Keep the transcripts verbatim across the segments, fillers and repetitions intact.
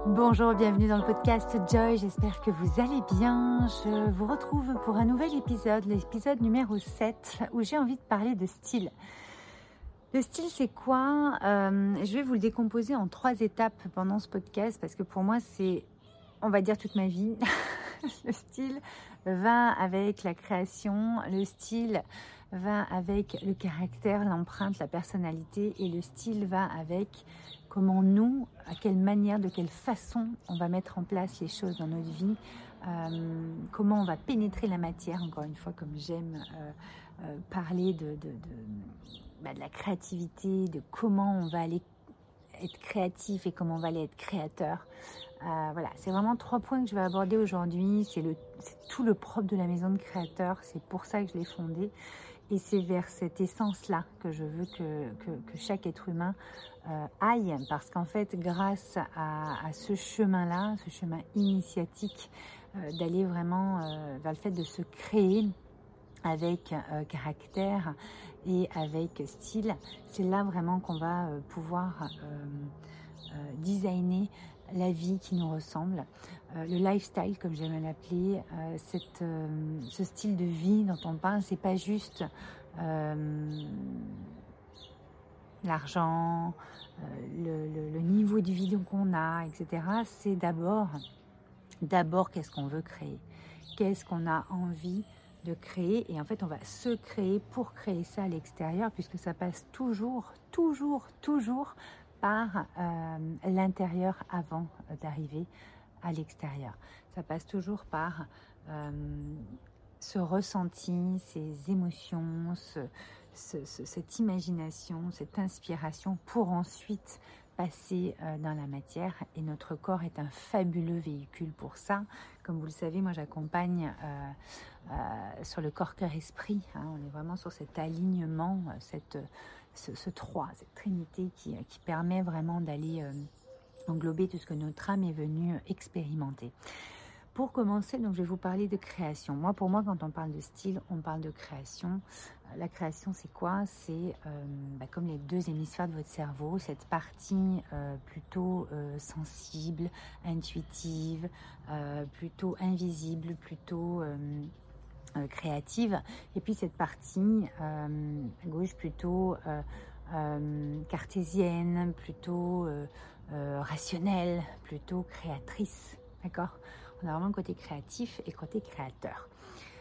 Bonjour, bienvenue dans le podcast Joy, j'espère que vous allez bien. Je vous retrouve pour un nouvel épisode, l'épisode numéro sept, où j'ai envie de parler de style. Le style, c'est quoi ? euh, Je vais vous le décomposer en trois étapes pendant ce podcast, parce que pour moi, c'est, on va dire, toute ma vie. Le style va avec la création, le style va avec le caractère, l'empreinte, la personnalité, et le style va avec comment nous, à quelle manière, de quelle façon on va mettre en place les choses dans notre vie, euh, comment on va pénétrer la matière, encore une fois, comme j'aime euh, euh, parler de, de, de, bah, de la créativité, de comment on va aller être créatif et comment on va aller être créateur. Euh, voilà, c'est vraiment trois points que je vais aborder aujourd'hui. C'est, le, c'est tout le propre de la maison de créateur, c'est pour ça que je l'ai fondée. Et c'est vers cette essence-là que je veux que, que, que chaque être humain euh, aille, parce qu'en fait, grâce à, à ce chemin-là, ce chemin initiatique, euh, d'aller vraiment euh, vers le fait de se créer avec euh, caractère et avec style, c'est là vraiment qu'on va euh, pouvoir euh, euh, designer la vie qui nous ressemble, euh, le lifestyle comme j'aime l'appeler, euh, cette, euh, ce style de vie dont on parle, c'est pas juste euh, l'argent, euh, le, le, le niveau de vie qu'on a, et cetera. C'est d'abord, d'abord qu'est-ce qu'on veut créer, qu'est-ce qu'on a envie de créer, et en fait on va se créer pour créer ça à l'extérieur, puisque ça passe toujours, toujours, toujours par euh, l'intérieur avant d'arriver à l'extérieur. Ça passe toujours par euh, ce ressenti, ces émotions, ce, ce, ce, cette imagination, cette inspiration pour ensuite passer euh, dans la matière, et notre corps est un fabuleux véhicule pour ça. Comme vous le savez, moi j'accompagne euh, euh, sur le corps-cœur-esprit, hein, on est vraiment sur cet alignement, cette, ce, ce trois, cette trinité qui, qui permet vraiment d'aller euh, englober tout ce que notre âme est venue expérimenter. Pour commencer, donc, je vais vous parler de création. Moi, pour moi, quand on parle de style, on parle de création. La création, c'est quoi ? C'est euh, bah, comme les deux hémisphères de votre cerveau, cette partie euh, plutôt euh, sensible, intuitive, euh, plutôt invisible, plutôt euh, euh, créative. Et puis cette partie euh, à gauche plutôt euh, euh, cartésienne, plutôt euh, euh, rationnelle, plutôt créatrice. D'accord ? On a vraiment le côté créatif et le côté créateur.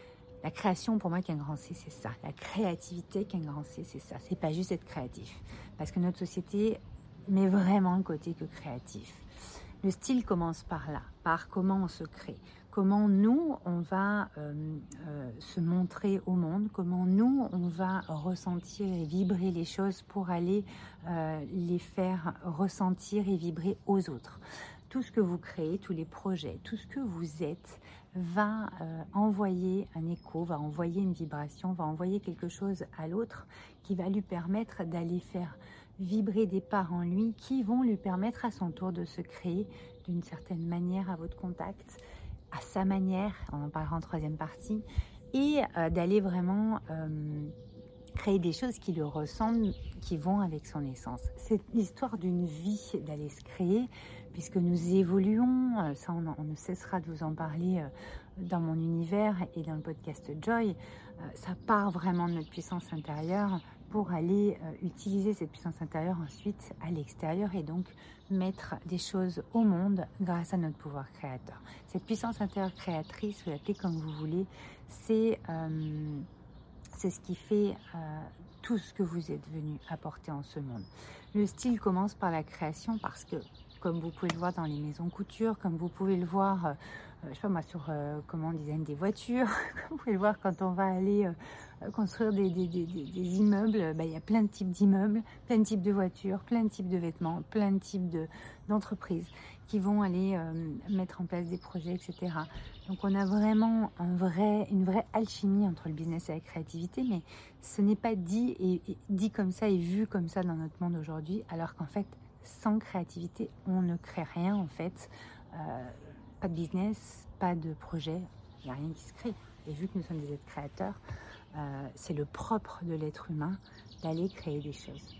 La création, pour moi, qu'un grand C, c'est ça. La créativité, qu'un grand C, c'est ça. C'est pas juste être créatif. Parce que notre société met vraiment le côté que créatif. Le style commence par là, par comment on se crée. Comment nous, on va euh, euh, se montrer au monde. Comment nous, on va ressentir et vibrer les choses pour aller euh, les faire ressentir et vibrer aux autres. Tout ce que vous créez, tous les projets, tout ce que vous êtes va euh, envoyer un écho, va envoyer une vibration, va envoyer quelque chose à l'autre qui va lui permettre d'aller faire vibrer des parts en lui qui vont lui permettre à son tour de se créer d'une certaine manière à votre contact, à sa manière, on en parlera en troisième partie, et euh, d'aller vraiment euh, créer des choses qui lui ressemblent, qui vont avec son essence. C'est l'histoire d'une vie d'aller se créer, puisque nous évoluons, ça on, on ne cessera de vous en parler dans mon univers et dans le podcast Joy. Ça part vraiment de notre puissance intérieure pour aller utiliser cette puissance intérieure ensuite à l'extérieur, et donc mettre des choses au monde grâce à notre pouvoir créateur. Cette puissance intérieure créatrice, vous l'appelez comme vous voulez, c'est... Euh, C'est ce qui fait euh, tout ce que vous êtes venu apporter en ce monde. Le style commence par la création parce que, comme vous pouvez le voir dans les maisons couture, comme vous pouvez le voir, euh, je sais pas moi, sur euh, comment on design des voitures, comme vous pouvez le voir quand on va aller euh, construire des, des, des, des, des immeubles, bah, il y a plein de types d'immeubles, plein de types de voitures, plein de types de vêtements, plein de types de, d'entreprises qui vont aller euh, mettre en place des projets, et cetera. Donc on a vraiment un vrai, une vraie alchimie entre le business et la créativité, mais ce n'est pas dit, et, et dit comme ça et vu comme ça dans notre monde aujourd'hui, alors qu'en fait, sans créativité, on ne crée rien en fait. Euh, pas de business, pas de projet, il n'y a rien qui se crée. Et vu que nous sommes des êtres créateurs, euh, c'est le propre de l'être humain d'aller créer des choses.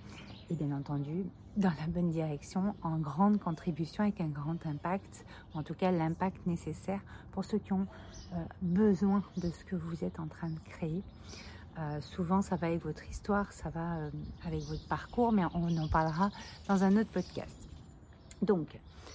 et bien entendu dans la bonne direction, en grande contribution avec un grand impact, ou en tout cas l'impact nécessaire pour ceux qui ont euh, besoin de ce que vous êtes en train de créer. Euh, souvent ça va avec votre histoire, ça va euh, avec votre parcours, mais on en parlera dans un autre podcast. Donc,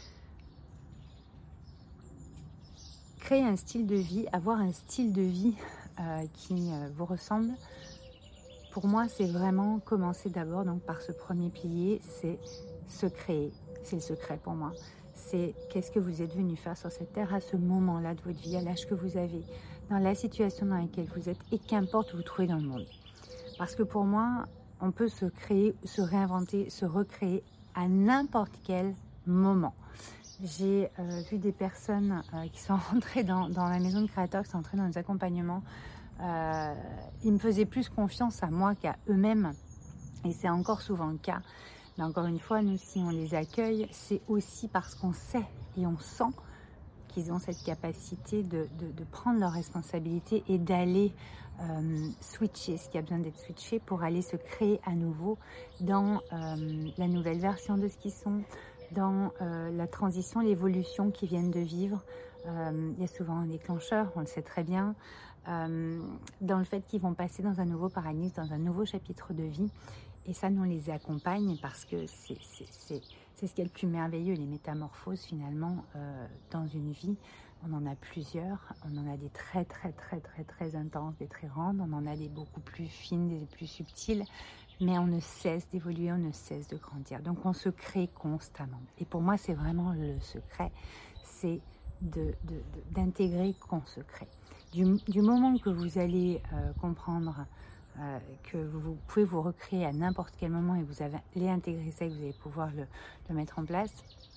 créer un style de vie, avoir un style de vie euh, qui euh, vous ressemble, pour moi, c'est vraiment commencer d'abord donc par ce premier pilier, c'est se créer. C'est le secret pour moi. C'est qu'est-ce que vous êtes venu faire sur cette terre à ce moment-là de votre vie, à l'âge que vous avez, dans la situation dans laquelle vous êtes et qu'importe où vous vous trouvez dans le monde. Parce que pour moi, on peut se créer, se réinventer, se recréer à n'importe quel moment. J'ai euh, vu des personnes euh, qui sont rentrées dans, dans la maison de créateurs, qui sont entrées dans des accompagnements. Euh, ils me faisaient plus confiance à moi qu'à eux-mêmes, et c'est encore souvent le cas. Mais encore une fois, nous, si on les accueille, c'est aussi parce qu'on sait et on sent qu'ils ont cette capacité de, de, de prendre leurs responsabilités et d'aller euh, switcher ce qui a besoin d'être switché pour aller se créer à nouveau dans euh, la nouvelle version de ce qu'ils sont, dans euh, la transition, l'évolution qu'ils viennent de vivre. Euh, il y a souvent un déclencheur, on le sait très bien, euh, dans le fait qu'ils vont passer dans un nouveau paradigme, dans un nouveau chapitre de vie. Et ça, nous, on les accompagne parce que c'est, c'est, c'est, c'est ce qui est le plus merveilleux, les métamorphoses finalement euh, dans une vie. On en a plusieurs, on en a des très très très très très intenses, des très grandes, on en a des beaucoup plus fines, des plus subtiles, mais on ne cesse d'évoluer, on ne cesse de grandir. Donc on se crée constamment. Et pour moi, c'est vraiment le secret, c'est de, de, de, d'intégrer qu'on se crée. Du, du moment que vous allez euh, comprendre Euh, que vous pouvez vous recréer à n'importe quel moment et vous allez intégrer ça et que vous allez pouvoir le, le mettre en place,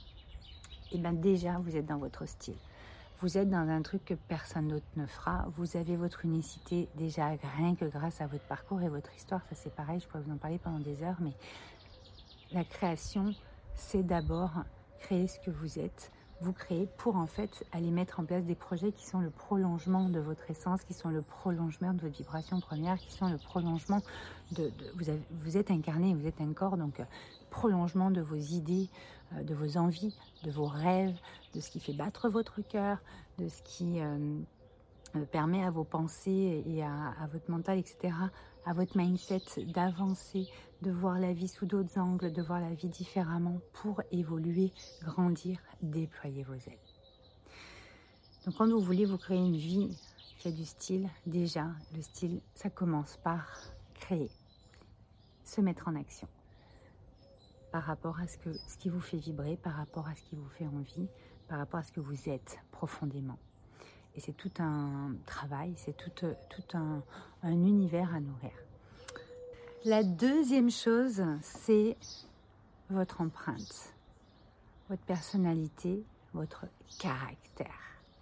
et bien déjà vous êtes dans votre style. Vous êtes dans un truc que personne d'autre ne fera. Vous avez votre unicité déjà rien que grâce à votre parcours et votre histoire. Ça c'est pareil, je pourrais vous en parler pendant des heures, mais la création, c'est d'abord créer ce que vous êtes. Vous créez pour en fait aller mettre en place des projets qui sont le prolongement de votre essence, qui sont le prolongement de votre vibration première, qui sont le prolongement de... de vous, avez, vous êtes incarné, vous êtes un corps, donc euh, prolongement de vos idées, euh, de vos envies, de vos rêves, de ce qui fait battre votre cœur, de ce qui euh, euh, permet à vos pensées et à, à votre mental, et cetera, à votre mindset d'avancer, de voir la vie sous d'autres angles, de voir la vie différemment pour évoluer, grandir, déployer vos ailes. Donc quand vous voulez vous créer une vie qui a du style, déjà, le style, ça commence par créer, se mettre en action par rapport à ce, que, ce qui vous fait vibrer, par rapport à ce qui vous fait envie, par rapport à ce que vous êtes profondément. Et c'est tout un travail, c'est tout, tout un, un univers à nourrir. La deuxième chose, c'est votre empreinte, votre personnalité, votre caractère.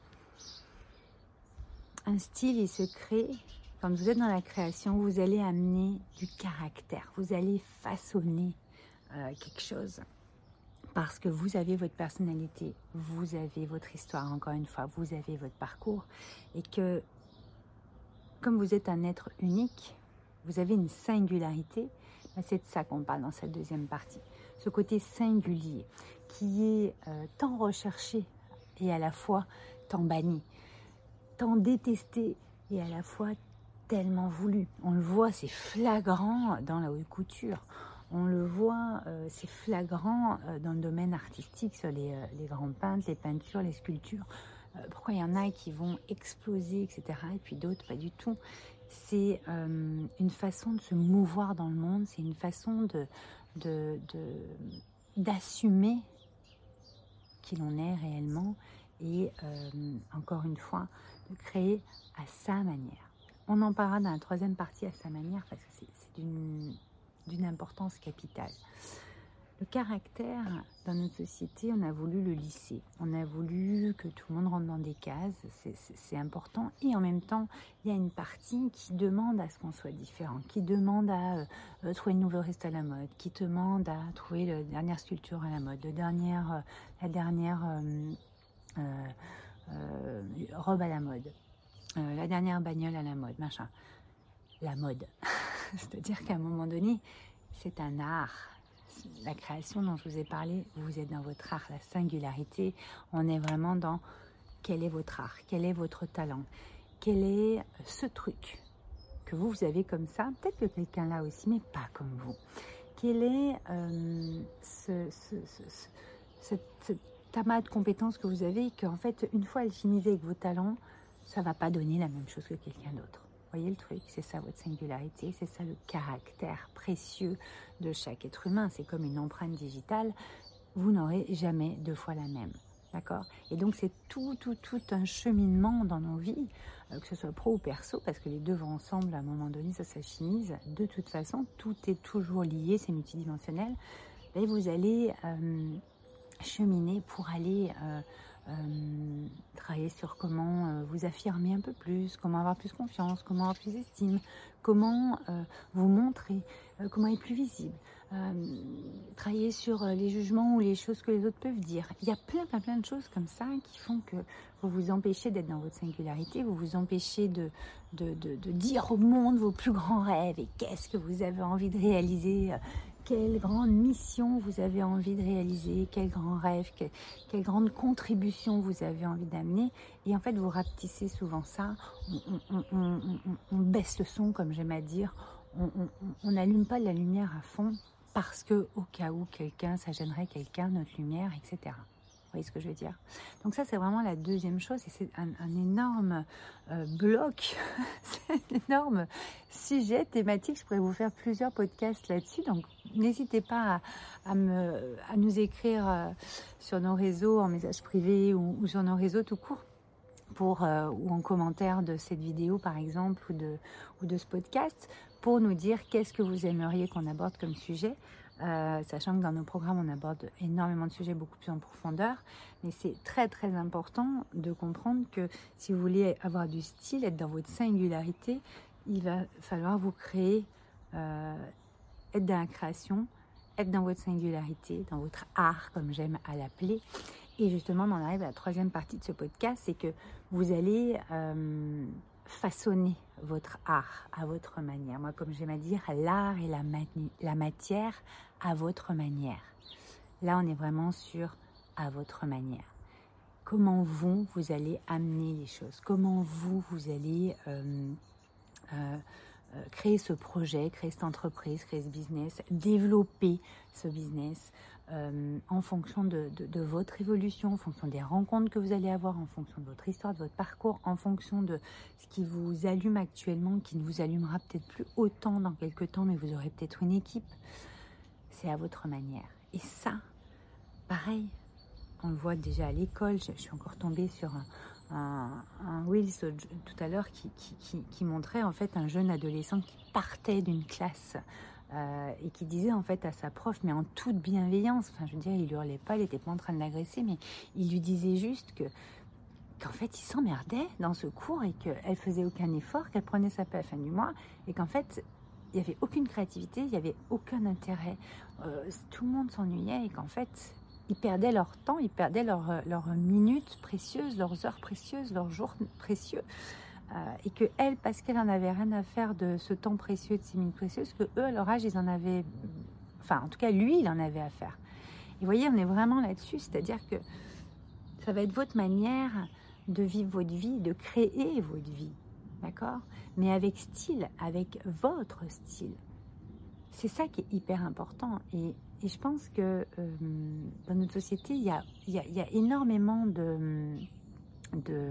Un style, il se crée, quand vous êtes dans la création, vous allez amener du caractère, vous allez façonner euh, quelque chose. Parce que vous avez votre personnalité, vous avez votre histoire, encore une fois, vous avez votre parcours. Et que, comme vous êtes un être unique, vous avez une singularité, ben c'est de ça qu'on parle dans cette deuxième partie. Ce côté singulier, qui est euh, tant recherché et à la fois tant banni, tant détesté et à la fois tellement voulu. On le voit, c'est flagrant dans la haute couture. On le voit, euh, c'est flagrant euh, dans le domaine artistique, sur les, euh, les grands peintres, les peintures, les sculptures. Euh, pourquoi il y en a qui vont exploser, et cetera, et puis d'autres pas du tout. C'est euh, une façon de se mouvoir dans le monde, c'est une façon de, de, de, d'assumer qui l'on est réellement et, euh, encore une fois, de créer à sa manière. On en parlera dans la troisième partie à sa manière parce que c'est, c'est d'une... d'une importance capitale. Le caractère, dans notre société, on a voulu le lisser. On a voulu que tout le monde rentre dans des cases, c'est, c'est, c'est important. Et en même temps, il y a une partie qui demande à ce qu'on soit différent, qui demande à euh, trouver une nouvelle reste à la mode, qui demande à trouver la dernière sculpture à la mode, la dernière, euh, la dernière euh, euh, euh, robe à la mode, euh, la dernière bagnole à la mode, machin. La mode. C'est-à-dire qu'à un moment donné, c'est un art. la création dont je vous ai parlé, vous êtes dans votre art, la singularité. On est vraiment dans quel est votre art, quel est votre talent, quel est ce truc que vous, vous avez comme ça, peut-être que quelqu'un l'a aussi, mais pas comme vous. Quel est euh, ce, ce, ce, ce, cette, cette amas de compétences que vous avez et qu'en fait, une fois alchimisé avec vos talents, ça ne va pas donner la même chose que quelqu'un d'autre. Vous voyez le truc, c'est ça votre singularité, c'est ça le caractère précieux de chaque être humain. C'est comme une empreinte digitale, vous n'aurez jamais deux fois la même. D'accord ? Et donc c'est tout, tout, tout un cheminement dans nos vies, euh, que ce soit pro ou perso, parce que les deux vont ensemble, à un moment donné, ça s'alchimise. De toute façon, tout est toujours lié, c'est multidimensionnel. Et vous allez euh, cheminer pour aller euh, euh, travailler sur comment euh, vous affirmer un peu plus, comment avoir plus confiance, comment avoir plus d'estime, comment euh, vous montrer, euh, comment être plus visible. Euh, travailler sur les jugements ou les choses que les autres peuvent dire. Il y a plein, plein, plein de choses comme ça qui font que vous vous empêchez d'être dans votre singularité, vous vous empêchez de, de, de, de dire au monde vos plus grands rêves et qu'est-ce que vous avez envie de réaliser, quelle grande mission vous avez envie de réaliser, quel grand rêve, quelle, quelle grande contribution vous avez envie d'amener. Et en fait, vous rapetissez souvent ça, on, on, on, on, on baisse le son, comme j'aime à dire, on n'allume pas la lumière à fond, parce que au cas où quelqu'un, ça gênerait quelqu'un, notre lumière, et cetera. Vous voyez ce que je veux dire? Donc ça, c'est vraiment la deuxième chose, et c'est un, un énorme euh, bloc, c'est un énorme sujet thématique. Je pourrais vous faire plusieurs podcasts là-dessus, donc n'hésitez pas à, à, me, à nous écrire euh, sur nos réseaux, en message privé ou, ou sur nos réseaux tout court, pour, euh, ou en commentaire de cette vidéo par exemple, ou de, ou de ce podcast, pour nous dire qu'est-ce que vous aimeriez qu'on aborde comme sujet, euh, sachant que dans nos programmes on aborde énormément de sujets beaucoup plus en profondeur, mais c'est très très important de comprendre que si vous voulez avoir du style, être dans votre singularité, il va falloir vous créer, euh, être dans la création, être dans votre singularité, dans votre art comme j'aime à l'appeler. Et justement, on en arrive à la troisième partie de ce podcast, c'est que vous allez euh, façonner votre art à votre manière. Moi, comme j'aime à dire, l'art et la, mani- la matière à votre manière. Là, on est vraiment sur à votre manière. Comment vous, vous allez amener les choses? Comment vous, vous allez euh, euh, euh, créer ce projet, créer cette entreprise, créer ce business, développer ce business euh, en fonction de, de, de votre évolution, en fonction des rencontres que vous allez avoir, en fonction de votre histoire, de votre parcours, en fonction de ce qui vous allume actuellement, qui ne vous allumera peut-être plus autant dans quelques temps, mais vous aurez peut-être une équipe. C'est à votre manière. Et ça, pareil, on le voit déjà à l'école. Je, je suis encore tombée sur un, un, un Reels tout à l'heure qui, qui, qui, qui montrait en fait un jeune adolescent qui partait d'une classe euh, et qui disait en fait à sa prof, mais en toute bienveillance, enfin je veux dire, il hurlait pas, il n'était pas en train de l'agresser, mais il lui disait juste que qu'en fait il s'emmerdait dans ce cours et qu'elle faisait aucun effort, qu'elle prenait sa paie à la fin du mois et qu'en fait il n'y avait aucune créativité, il n'y avait aucun intérêt, euh, tout le monde s'ennuyait et qu'en fait ils perdaient leur temps, ils perdaient leurs leur minutes précieuses, leurs heures précieuses, leurs jours précieux. Euh, et que elle, parce qu'elle en avait rien à faire de ce temps précieux, de ces minutes précieuses, que eux, à leur âge, ils en avaient... Enfin, en tout cas, lui, il en avait à faire. Et vous voyez, on est vraiment là-dessus. C'est-à-dire que ça va être votre manière de vivre votre vie, de créer votre vie. D'accord? Mais avec style, avec votre style. C'est ça qui est hyper important. Et, et je pense que euh, dans notre société, il y a, il y a, il y a énormément de, de,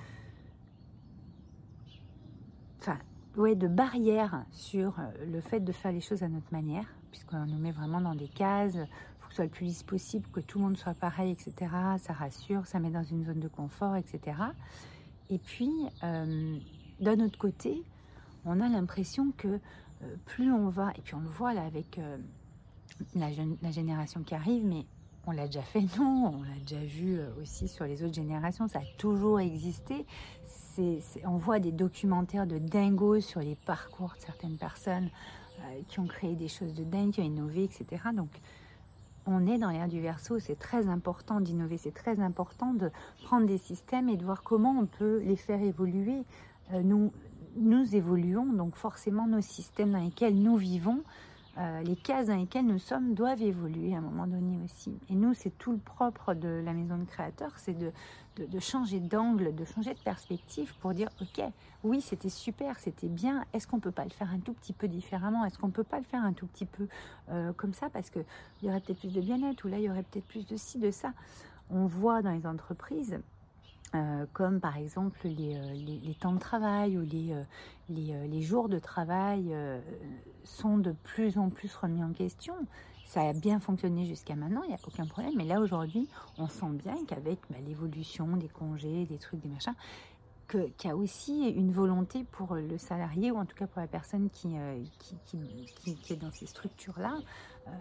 enfin, ouais, de barrières sur le fait de faire les choses à notre manière, puisqu'on nous met vraiment dans des cases. Il faut que ce soit le plus lisse possible, que tout le monde soit pareil, et cetera. Ça rassure, ça met dans une zone de confort, et cetera. Et puis, euh, d'un autre côté, on a l'impression que Euh, plus on va, et puis on le voit là avec euh, la, jeune, la génération qui arrive, mais on l'a déjà fait nous, on l'a déjà vu euh, aussi sur les autres générations, ça a toujours existé. C'est, c'est, on voit des documentaires de dingos sur les parcours de certaines personnes euh, qui ont créé des choses de dingue, qui ont innové, et cetera. Donc on est dans l'ère du Verseau, c'est très important d'innover, c'est très important de prendre des systèmes et de voir comment on peut les faire évoluer. Euh, nous Nous évoluons, donc forcément nos systèmes dans lesquels nous vivons euh, les cases dans lesquelles nous sommes doivent évoluer à un moment donné aussi. Et nous, c'est tout le propre de la maison de créateur, c'est de, de, de changer d'angle, de changer de perspective pour dire, ok, oui, c'était super, c'était bien, est-ce qu'on ne peut pas le faire un tout petit peu différemment? Est-ce qu'on ne peut pas le faire un tout petit peu euh, comme ça? Parce qu'il y aurait peut-être plus de bien-être, ou là, il y aurait peut-être plus de ci, de ça. On voit dans les entreprises, Euh, comme par exemple les, euh, les, les temps de travail ou les, euh, les, euh, les jours de travail euh, sont de plus en plus remis en question. Ça a bien fonctionné jusqu'à maintenant, il n'y a aucun problème. Mais là, aujourd'hui, on sent bien qu'avec bah, l'évolution des congés, des trucs, des machins, que, qu'il y a aussi une volonté pour le salarié, ou en tout cas pour la personne qui, euh, qui, qui, qui, qui est dans ces structures-là, euh,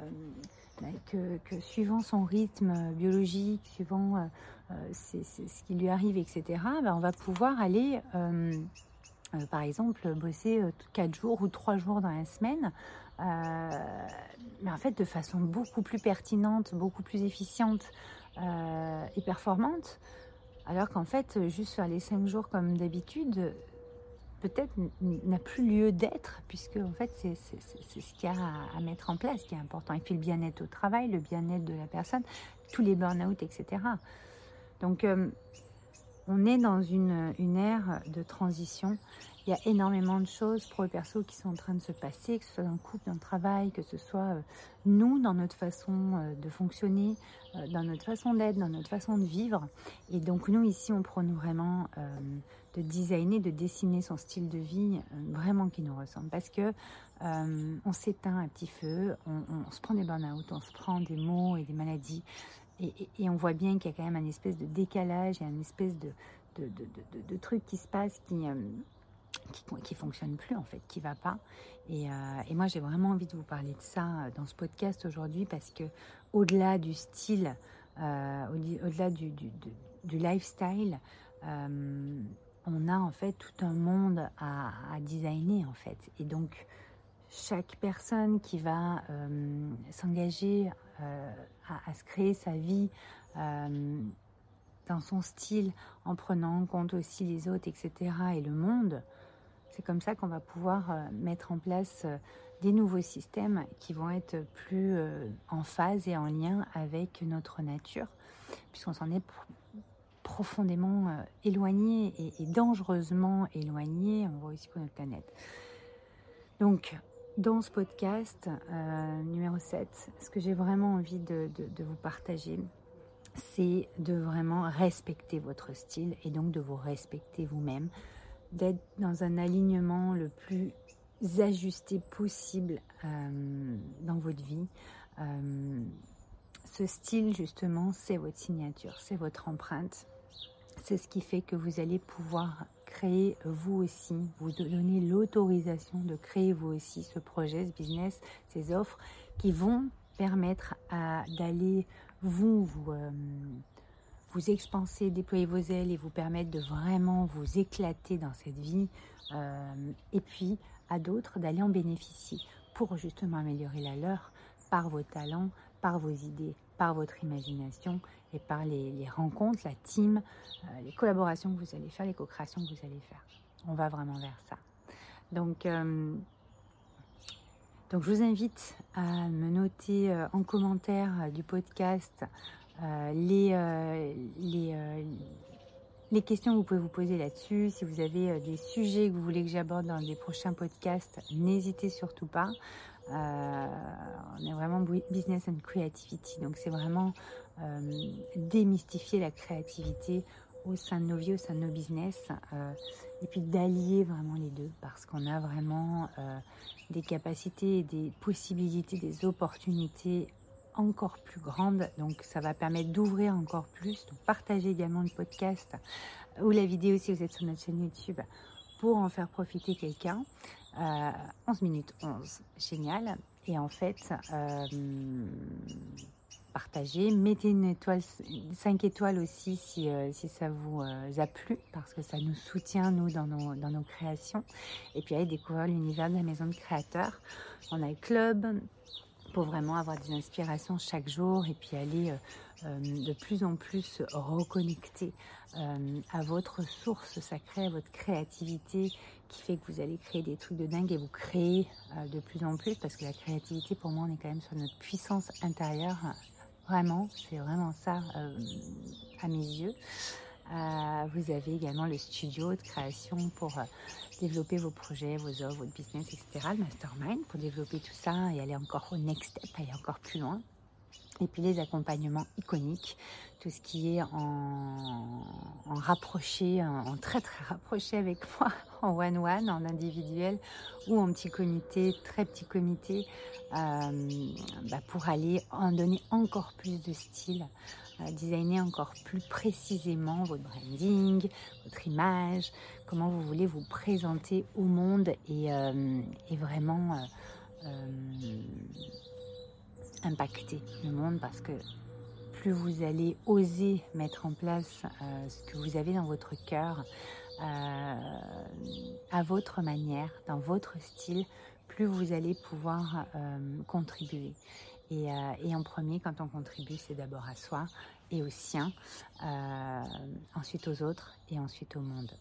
que, que suivant son rythme biologique, suivant euh, euh, c'est, c'est ce qui lui arrive, et cetera, ben on va pouvoir aller, euh, euh, par exemple, bosser quatre jours ou trois jours dans la semaine, euh, mais en fait de façon beaucoup plus pertinente, beaucoup plus efficiente euh, et performante, alors qu'en fait, juste faire les cinq jours comme d'habitude, peut-être n'a plus lieu d'être, puisque en fait c'est, c'est, c'est, c'est ce qu'il y a à, à mettre en place qui est important. Et puis le bien-être au travail, le bien-être de la personne, tous les burn-out, et cetera. Donc euh, on est dans une, une ère de transition. Il y a énormément de choses pro et perso qui sont en train de se passer, que ce soit dans le couple, dans le travail, que ce soit euh, nous, dans notre façon euh, de fonctionner, euh, dans notre façon d'être, dans notre façon de vivre. Et donc nous, ici, on prône vraiment euh, de designer, de dessiner son style de vie euh, vraiment qui nous ressemble. Parce que euh, on s'éteint à petit feu, on, on, on se prend des burn-out, on se prend des maux et des maladies. Et, et, et on voit bien qu'il y a quand même un espèce de décalage et un espèce de, de, de, de, de, de truc qui se passe qui... Euh, qui qui fonctionne plus en fait, qui va pas. Et, euh, et moi j'ai vraiment envie de vous parler de ça dans ce podcast aujourd'hui, parce que au-delà du style, euh, au-delà du, du, du, du lifestyle, euh, on a en fait tout un monde à, à designer en fait. Et donc chaque personne qui va euh, s'engager euh, à, à se créer sa vie euh, dans son style, en prenant en compte aussi les autres, et cetera, et le monde, c'est comme ça qu'on va pouvoir euh, mettre en place euh, des nouveaux systèmes qui vont être plus euh, en phase et en lien avec notre nature, puisqu'on s'en est pr- profondément euh, éloigné et, et dangereusement éloigné, on voit aussi pour notre planète. Donc, dans ce podcast euh, numéro sept, ce que j'ai vraiment envie de, de, de vous partager, c'est de vraiment respecter votre style et donc de vous respecter vous-même, d'être dans un alignement le plus ajusté possible euh, dans votre vie. Euh, ce style, justement, c'est votre signature, c'est votre empreinte. C'est ce qui fait que vous allez pouvoir créer vous aussi, vous donner l'autorisation de créer vous aussi ce projet, ce business, ces offres qui vont permettre à, d'aller vous, vous, euh, vous expanser, déployer vos ailes et vous permettre de vraiment vous éclater dans cette vie, euh, et puis à d'autres d'aller en bénéficier pour justement améliorer la leur par vos talents, par vos idées, par votre imagination et par les, les rencontres, la team, euh, les collaborations que vous allez faire, les co-créations que vous allez faire. On va vraiment vers ça. Donc, euh, donc je vous invite à me noter euh, en commentaire euh, du podcast euh, les, euh, les, euh, les questions que vous pouvez vous poser là-dessus. Si vous avez euh, des sujets que vous voulez que j'aborde dans les prochains podcasts, n'hésitez surtout pas. Euh, on est vraiment business and creativity, donc c'est vraiment euh, démystifier la créativité au sein de nos vies, au sein de nos business, euh, et puis d'allier vraiment les deux, parce qu'on a vraiment euh, des capacités, des possibilités, des opportunités encore plus grandes, donc ça va permettre d'ouvrir encore plus. Donc partagez également le podcast ou la vidéo si vous êtes sur notre chaîne YouTube pour en faire profiter quelqu'un. Euh, onze minutes onze, génial. Et en fait, euh, partagez, mettez une étoile, cinq étoiles aussi si, euh, si ça vous euh, a plu, parce que ça nous soutient nous dans nos, dans nos créations. Et puis allez découvrir l'univers de la maison de créateurs. On a le club pour vraiment avoir des inspirations chaque jour et puis aller euh, euh, de plus en plus reconnecter euh, à votre source sacrée, à votre créativité qui fait que vous allez créer des trucs de dingue et vous créez euh, de plus en plus, parce que la créativité, pour moi, on est quand même sur notre puissance intérieure. Vraiment, c'est vraiment ça euh, à mes yeux. Euh, vous avez également le studio de création pour euh, développer vos projets, vos offres, votre business, et cetera. Le mastermind pour développer tout ça et aller encore au next step, aller encore plus loin. Et puis les accompagnements iconiques, tout ce qui est en, en rapproché, en, en très très rapproché avec moi, en one-one, en individuel ou en petit comité, très petit comité, euh, bah pour aller en donner encore plus de style, euh, designer encore plus précisément votre branding, votre image, comment vous voulez vous présenter au monde et, euh, et vraiment... Euh, euh, impacter le monde, parce que plus vous allez oser mettre en place euh, ce que vous avez dans votre cœur euh, à votre manière, dans votre style, plus vous allez pouvoir euh, contribuer. Et, euh, et en premier, quand on contribue, c'est d'abord à soi et au sien, euh, ensuite aux autres et ensuite au monde.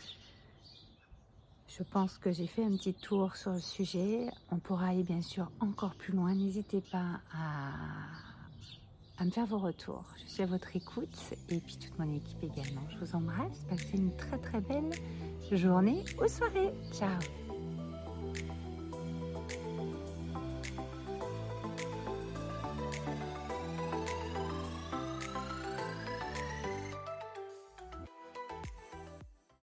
Je pense que j'ai fait un petit tour sur le sujet. On pourra aller bien sûr encore plus loin. N'hésitez pas à, à me faire vos retours. Je suis à votre écoute et puis toute mon équipe également. Je vous embrasse. Passez une très très belle journée ou soirée. Ciao!